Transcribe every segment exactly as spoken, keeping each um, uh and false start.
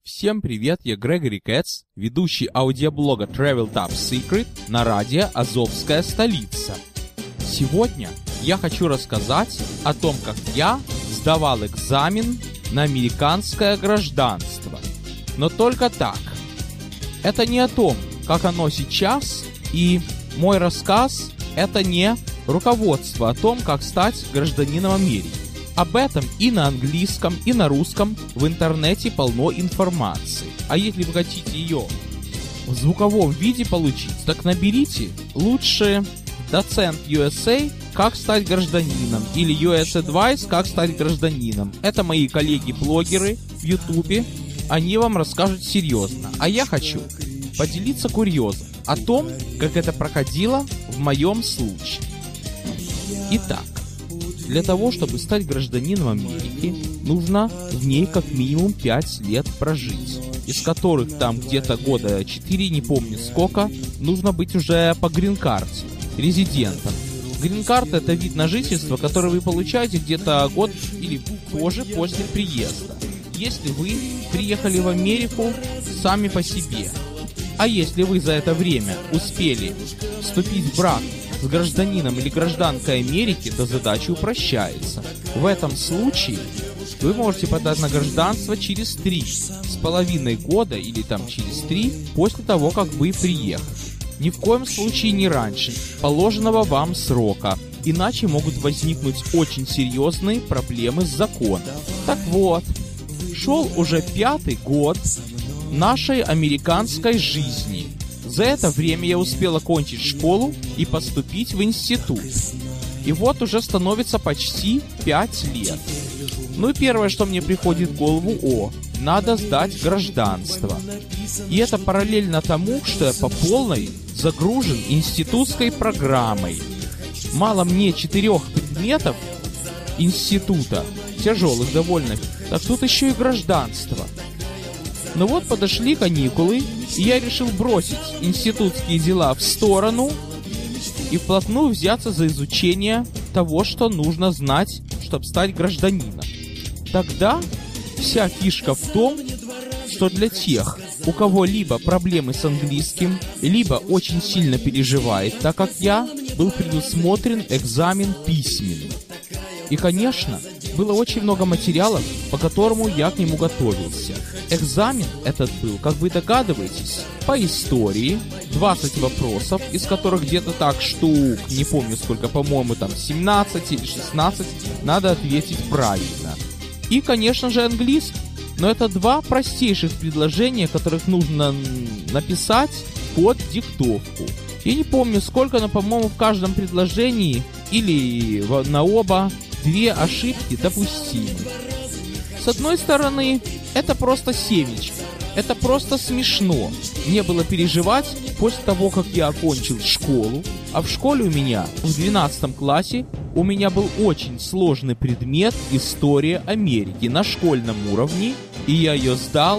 Всем привет, я Грегори Кэтс, ведущий аудиоблога Travel Top Secret на радио «Азовская столица». Сегодня я хочу рассказать о том, как я сдавал экзамен на американское гражданство. Но только так. Это не о том, как оно сейчас, и мой рассказ – это не руководство о том, как стать гражданином Америки. Об этом и на английском, и на русском в интернете полно информации. А если вы хотите ее в звуковом виде получить, так наберите лучше доцент ю эс эй «Как стать гражданином» или ю эс Advice «Как стать гражданином». Это мои коллеги-блогеры в Ютубе. Они вам расскажут серьезно. А я хочу поделиться курьезом о том, как это проходило в моем случае. Итак, для того, чтобы стать гражданином Америки, нужно в ней как минимум пять лет прожить, из которых там где-то года четыре, не помню сколько, нужно быть уже по грин-карте, резидентом. Грин-карта — это вид на жительство, который вы получаете где-то год или позже после приезда, если вы приехали в Америку сами по себе. А если вы за это время успели вступить в брак с гражданином или гражданкой Америки, то задача упрощается. В этом случае вы можете подать на гражданство через три с половиной года или там через три после того, как вы приехали. Ни в коем случае не раньше положенного вам срока, иначе могут возникнуть очень серьезные проблемы с законом. Так вот, шел уже пятый год нашей американской жизни. За это время я успел окончить школу и поступить в институт. И вот уже становится почти пять лет. Ну и первое, что мне приходит в голову, о, надо сдать гражданство. И это параллельно тому, что я по полной загружен институтской программой. Мало мне четырех предметов института, тяжелых довольно, так тут еще и гражданство. Но вот подошли каникулы, и я решил бросить институтские дела в сторону и вплотную взяться за изучение того, что нужно знать, чтобы стать гражданином. Тогда вся фишка в том, что для тех, у кого либо проблемы с английским, либо очень сильно переживает, так как я, был предусмотрен экзамен письменный. И, конечно, было очень много материалов, по которому я к нему готовился. Экзамен этот был, как вы догадываетесь, по истории, двадцать вопросов, из которых где-то так штук, не помню сколько, по-моему, там семнадцать или шестнадцать, надо ответить правильно. И, конечно же, английский. Но это два простейших предложения, которых нужно написать под диктовку. Я не помню сколько, но, по-моему, в каждом предложении или на оба две ошибки допустимы. С одной стороны, это просто семечко. Это просто смешно. Мне было переживать после того, как я окончил школу. А в школе у меня, в двенадцатом классе, у меня был очень сложный предмет «История Америки» на школьном уровне. И я ее сдал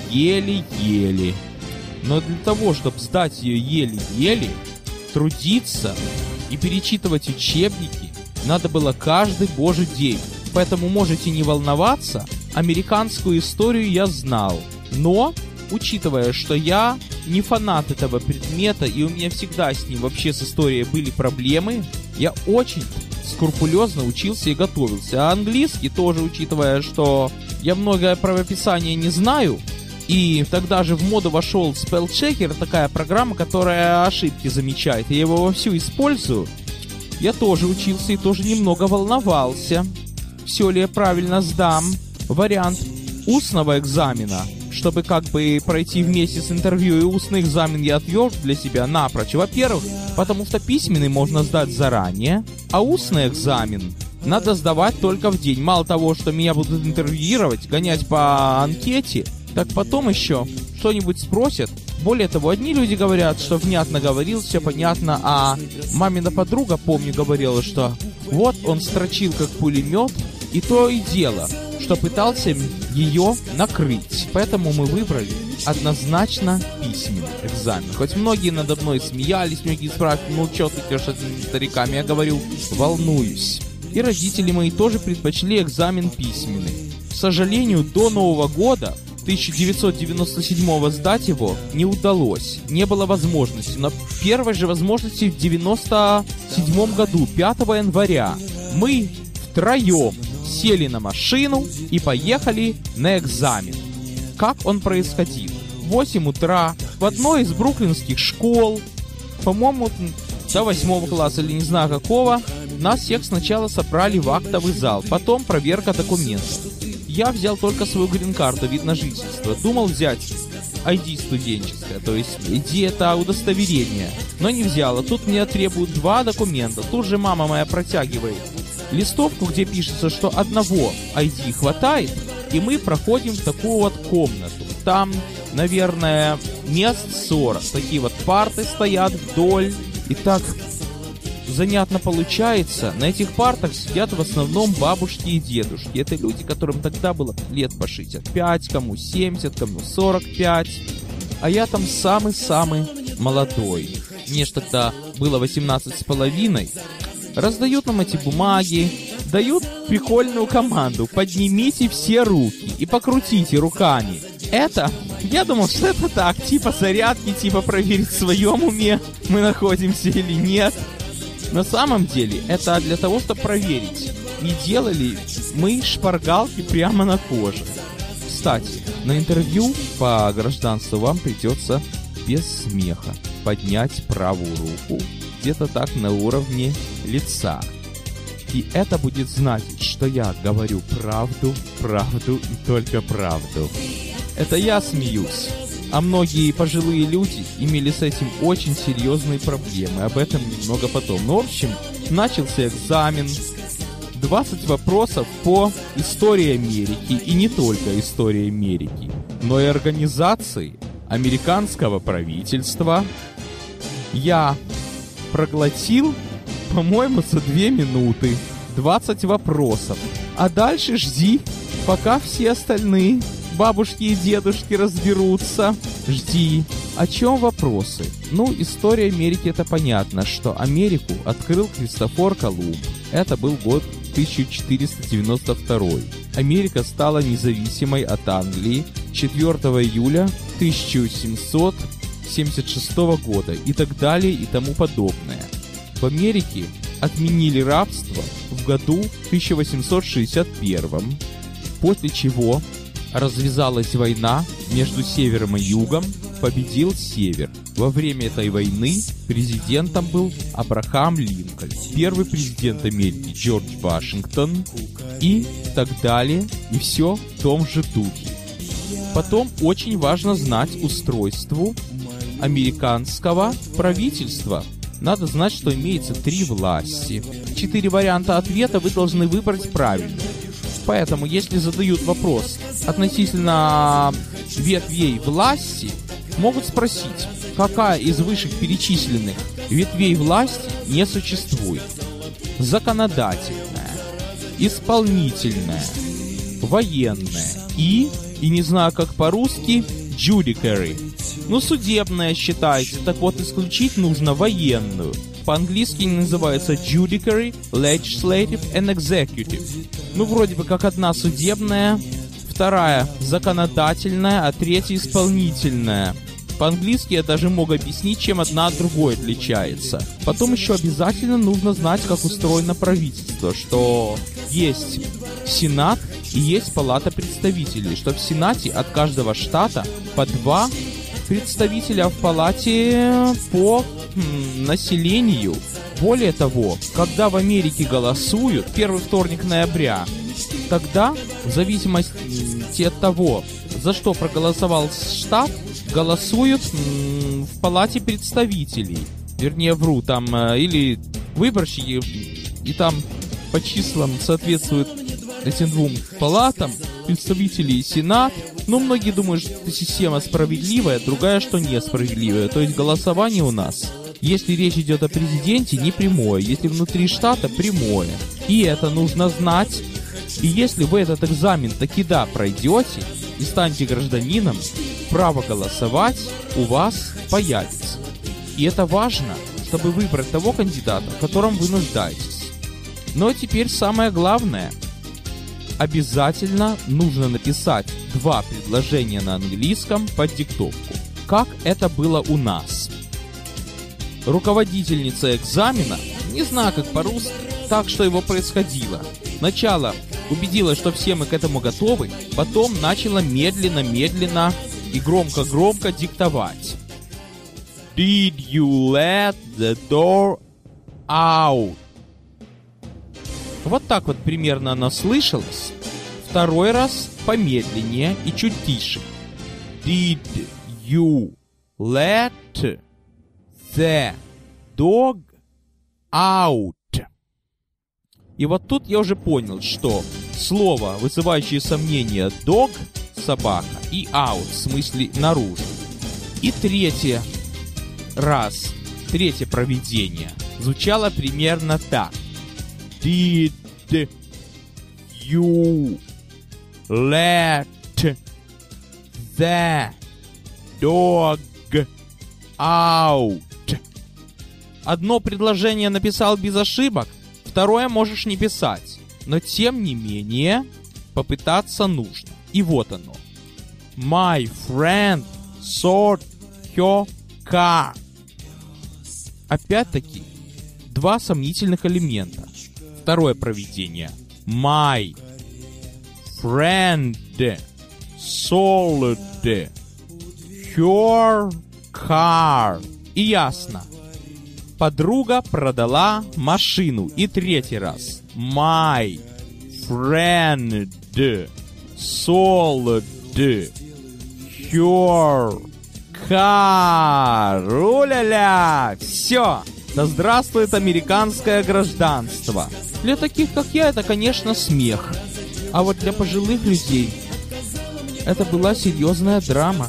еле-еле. Но для того, чтобы сдать ее еле-еле, трудиться и перечитывать учебники надо было каждый божий день. Поэтому можете не волноваться, американскую историю я знал. Но, учитывая, что я не фанат этого предмета, и у меня всегда с ним вообще с историей были проблемы, я очень скрупулезно учился и готовился. А английский тоже, учитывая, что я многое правописание не знаю, и тогда же в моду вошел Spell Checker, такая программа, которая ошибки замечает, и я его вовсю использую. Я тоже учился и тоже немного волновался, все ли я правильно сдам. Вариант устного экзамена, чтобы как бы пройти вместе с интервью, и устный экзамен я отвел для себя напрочь. Во-первых, потому что письменный можно сдать заранее, а устный экзамен надо сдавать только в день. Мало того, что меня будут интервьюировать, гонять по анкете, так потом еще что-нибудь спросят. Более того, одни люди говорят, что внятно говорил, все понятно, а мамина подруга, помню, говорила, что вот он строчил как пулемет, и то и дело, что пытался ее накрыть. Поэтому мы выбрали однозначно письменный экзамен. Хоть многие надо мной смеялись, многие спрашивали, ну что ты идешь этими стариками, я говорю, волнуюсь. И родители мои тоже предпочли экзамен письменный. К сожалению, до Нового года тысяча девятьсот девяносто седьмого сдать его не удалось, не было возможности. Но первой же возможности в девяносто седьмом году, пятого января, мы втроем сели на машину и поехали на экзамен. Как он происходил? В восемь утра в одной из бруклинских школ, по-моему, до восьмого класса или не знаю какого, нас всех сначала собрали в актовый зал, потом проверка документов. Я взял только свою грин-карту, вид на жительство. Думал взять ай ди студенческое, то есть ай ди это удостоверение, но не взял. А тут мне требуют два документа. Тут же мама моя протягивает листовку, где пишется, что одного ай ди хватает, и мы проходим в такую вот комнату. Там, наверное, мест сорок. Такие вот парты стоят вдоль. И так занятно получается. На этих партах сидят в основном бабушки и дедушки. Это люди, которым тогда было лет по шестьдесят пять, кому семьдесят, кому сорок пять. А я там самый-самый молодой. Мне ж тогда было восемнадцать с половиной. Раздают нам эти бумаги, дают прикольную команду: поднимите все руки и покрутите руками. Это, я думал, что это так, типа зарядки, типа проверить в своем уме мы находимся или нет. На самом деле, это для того, чтобы проверить, не делали мы шпаргалки прямо на коже. Кстати, на интервью по гражданству вам придется без смеха поднять правую руку где-то так на уровне лица. И это будет значить, что я говорю правду, правду и только правду. Это я смеюсь, а многие пожилые люди имели с этим очень серьезные проблемы. Об этом немного потом. Ну, в общем, начался экзамен. двадцать вопросов по истории Америки, и не только истории Америки, но и организации американского правительства. Я проглотил, по-моему, за две минуты двадцать вопросов. А дальше жди, пока все остальные бабушки и дедушки разберутся. Жди. О чем вопросы? Ну, история Америки — это понятно, что Америку открыл Христофор Колумб. Это был год тысяча четыреста девяносто второй. Америка стала независимой от Англии четвёртого июля тысяча семьсот семьдесят шестого года и так далее и тому подобное. В Америке отменили рабство в году тысяча восемьсот шестьдесят первом, после чего развязалась война между севером и югом, победил север. Во время этой войны президентом был Абрахам Линкольн, первый президент Америки Джордж Вашингтон и так далее, и все в том же духе. Потом очень важно знать устройство американского правительства. Надо знать, что имеется три власти. Четыре варианта ответа вы должны выбрать правильно. Поэтому, если задают вопрос относительно ветвей власти, могут спросить, какая из вышеперечисленных ветвей власти не существует. Законодательная, исполнительная, военная и, и не знаю как по-русски, judiciary. Ну, судебная считается, так вот исключить нужно военную. По-английски называется judiciary, legislative and executive. Ну, вроде бы как одна судебная, вторая законодательная, а третья исполнительная. По-английски я даже мог объяснить, чем одна от другой отличается. Потом еще обязательно нужно знать, как устроено правительство, что есть Сенат и есть Палата представителей, что в Сенате от каждого штата по два представителя, в Палате по м, населению. Более того, когда в Америке голосуют первый вторник ноября, тогда, в зависимости от того, за что проголосовал штат, голосуют м, в Палате представителей. Вернее, вру, там э, или выборщики, и там по числам соответствуют этим двум палатам представителей и Сенат. Но многие думают, что эта система справедливая, другая, что несправедливая. То есть голосование у нас, если речь идет о президенте, не прямое, если внутри штата, прямое. И это нужно знать. И если вы этот экзамен таки да пройдете и станете гражданином, право голосовать у вас появится. И это важно, чтобы выбрать того кандидата, в котором вы нуждаетесь. Но теперь самое главное. обязательно нужно написать два предложения на английском под диктовку. Как это было у нас? Руководительница экзамена, не знаю как по-русски, так что его происходило. Сначала убедилась, что все мы к этому готовы, потом начала медленно-медленно и громко-громко диктовать. Did you let the door out? Вот так вот примерно она слышалась. Второй раз помедленнее и чуть тише. Did you let the dog out? И вот тут я уже понял, что слово, вызывающее сомнения, dog, собака, и out, в смысле наружу. И третье раз, третье проведение звучало примерно так. Did you let the dog out? Одно предложение написал без ошибок, второе можешь не писать, но тем не менее попытаться нужно. И вот оно. My friend saw her car. Опять-таки, два сомнительных элемента. Второе проведение. My friend sold her car. И ясно. Подруга продала машину. И третий раз. My friend sold her car. У-ля-ля! Все! Да здравствует американское гражданство! Для таких, как я, это, конечно, смех. А вот для пожилых людей это была серьезная драма.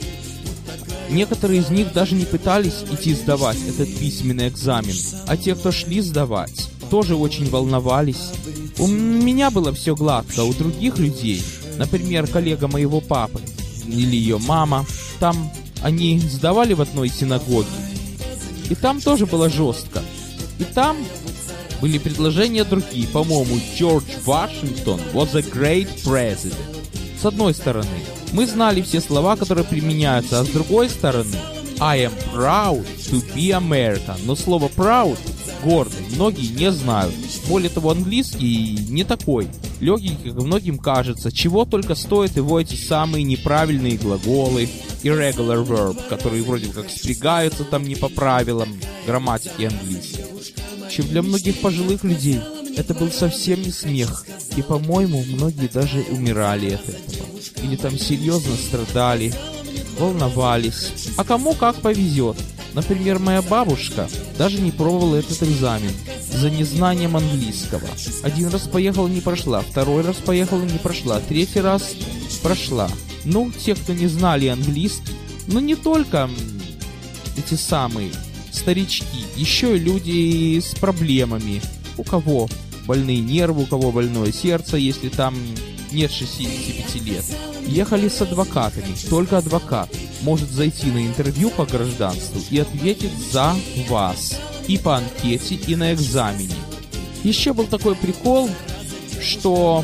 Некоторые из них даже не пытались идти сдавать этот письменный экзамен, а те, кто шли сдавать, тоже очень волновались. У меня было все гладко, у других людей, например, коллега моего папы или ее мама, там они сдавали в одной синагоге, и там тоже было жестко. И там были предложения другие, по-моему, Джордж Вашингтон was a great president. С одной стороны, мы знали все слова, которые применяются, а с другой стороны, I am proud to be American. Но слово proud, гордый, многие не знают. Более того, английский не такой легкий, как многим кажется. Чего только стоят его эти самые неправильные глаголы, irregular verb, которые вроде как спрягаются там не по правилам грамматики английской. Чем для многих пожилых людей это был совсем не смех. И, по-моему, многие даже умирали от этого. Или там серьезно страдали, волновались. А кому как повезет. Например, моя бабушка даже не пробовала этот экзамен за незнанием английского. Один раз поехала, не прошла. Второй раз поехала, не прошла. Третий раз прошла. Ну, те, кто не знали английский, но не только эти самые старички, еще и люди с проблемами. У кого больные нервы, у кого больное сердце, если там нет шестидесяти пяти лет. Ехали с адвокатами. Только адвокат может зайти на интервью по гражданству и ответить за вас. И по анкете, и на экзамене. Еще был такой прикол, что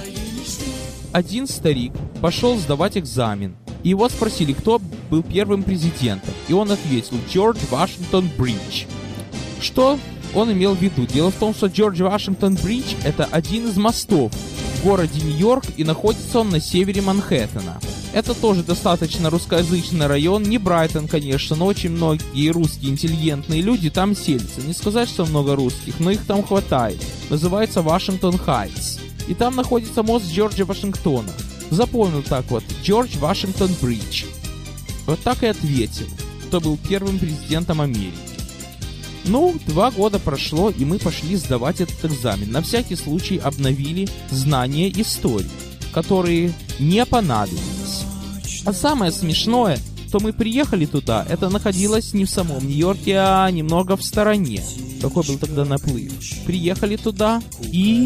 один старик пошел сдавать экзамен. И его спросили, кто был первым президентом. И он ответил: Джордж Вашингтон Бридж. Что он имел в виду? Дело в том, что Джордж Вашингтон Бридж — это один из мостов в городе Нью-Йорк, и находится он на севере Манхэттена. Это тоже достаточно русскоязычный район, не Брайтон, конечно, но очень многие русские интеллигентные люди там селятся. Не сказать, что много русских, но их там хватает. Называется Вашингтон Хайтс. И там находится мост Джорджа Вашингтона. Запомнил так вот: Джордж Вашингтон Бридж. Вот так и ответил, кто был первым президентом Америки. Ну, два года прошло, и мы пошли сдавать этот экзамен. На всякий случай обновили знания истории, которые не понадобились. А самое смешное, что мы приехали туда, это находилось не в самом Нью-Йорке, а немного в стороне. Какой был тогда наплыв. Приехали туда, и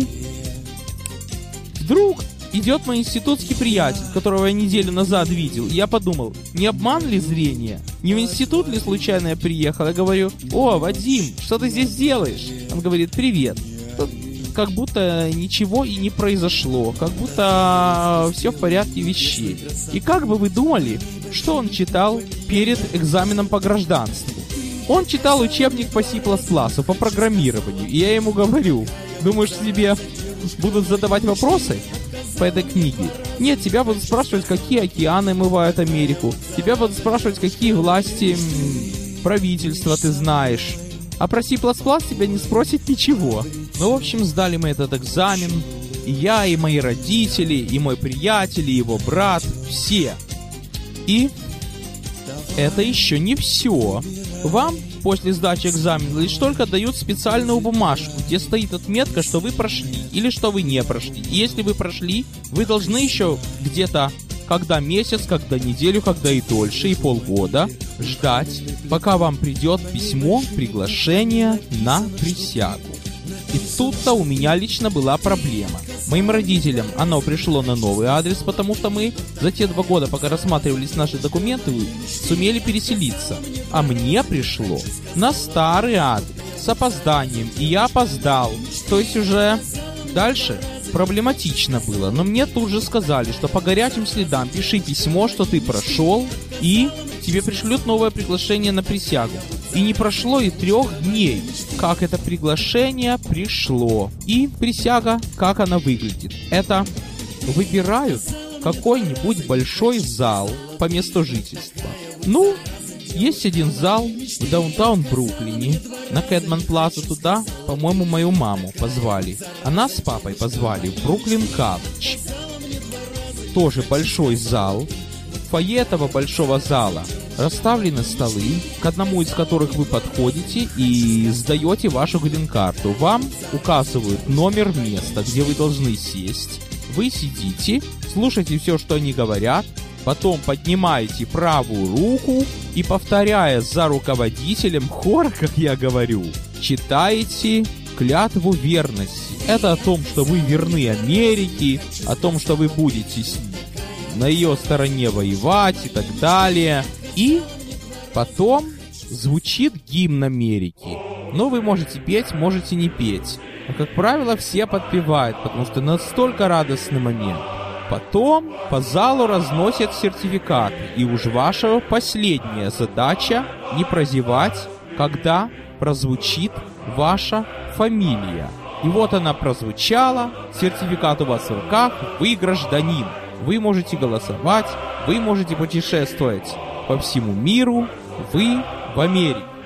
вдруг идет мой институтский приятель, которого я неделю назад видел. И я подумал, не обман ли зрение? Не в институт ли случайно я приехал? Я говорю: о, Вадим, что ты здесь делаешь? Он говорит: привет. как будто ничего и не произошло, как будто все в порядке вещей. И как бы вы думали, что он читал перед экзаменом по гражданству? Он читал учебник по си плюс плюс, по программированию. И я ему говорю: думаешь, тебе будут задавать вопросы по этой книге? Нет, тебя будут спрашивать, какие океаны омывают Америку. Тебя будут спрашивать, какие власти м, правительства ты знаешь. А про си плюс плюс тебя не спросят ничего. Ну, в общем, сдали мы этот экзамен. И я, и мои родители, и мой приятель, и его брат. Все. И это еще не все. Вам после сдачи экзамена лишь только дают специальную бумажку, где стоит отметка, что вы прошли или что вы не прошли. И если вы прошли, вы должны еще где-то, когда месяц, когда неделю, когда и дольше, и полгода ждать, пока вам придет письмо, приглашение на присягу. И тут-то у меня лично была проблема. Моим родителям оно пришло на новый адрес, потому что мы за те два года, пока рассматривались наши документы, сумели переселиться. А мне пришло на старый адрес с опозданием, и я опоздал. То есть уже дальше проблематично было. Но мне тут же сказали, что по горячим следам пиши письмо, что ты прошел, и тебе пришлют новое приглашение на присягу. И не прошло и трех дней, как это приглашение пришло. И присяга, как она выглядит. Это выбирают какой-нибудь большой зал по месту жительства. Ну, есть один зал в даунтаун Бруклине, на Кэдман Плаза. Туда, по-моему, мою маму позвали. А нас с папой позвали в Бруклин Колледж. Тоже большой зал. В фойе этого большого зала расставлены столы, к одному из которых вы подходите и сдаете вашу грин-карту. Вам указывают номер места, где вы должны сесть. Вы сидите, слушаете все, что они говорят, потом поднимаете правую руку и, повторяя за руководителем хор, как я говорю, читаете клятву верности. Это о том, что вы верны Америке, о том, что вы будете на ее стороне воевать и так далее. И потом звучит гимн Америки. Но вы можете петь, можете не петь. Но, как правило, все подпевают, потому что настолько радостный момент. Потом по залу разносят сертификаты. И уж ваша последняя задача не прозевать, когда прозвучит ваша фамилия. И вот она прозвучала, сертификат у вас в руках, вы гражданин. Вы можете голосовать, вы можете путешествовать по всему миру, вы в Америке.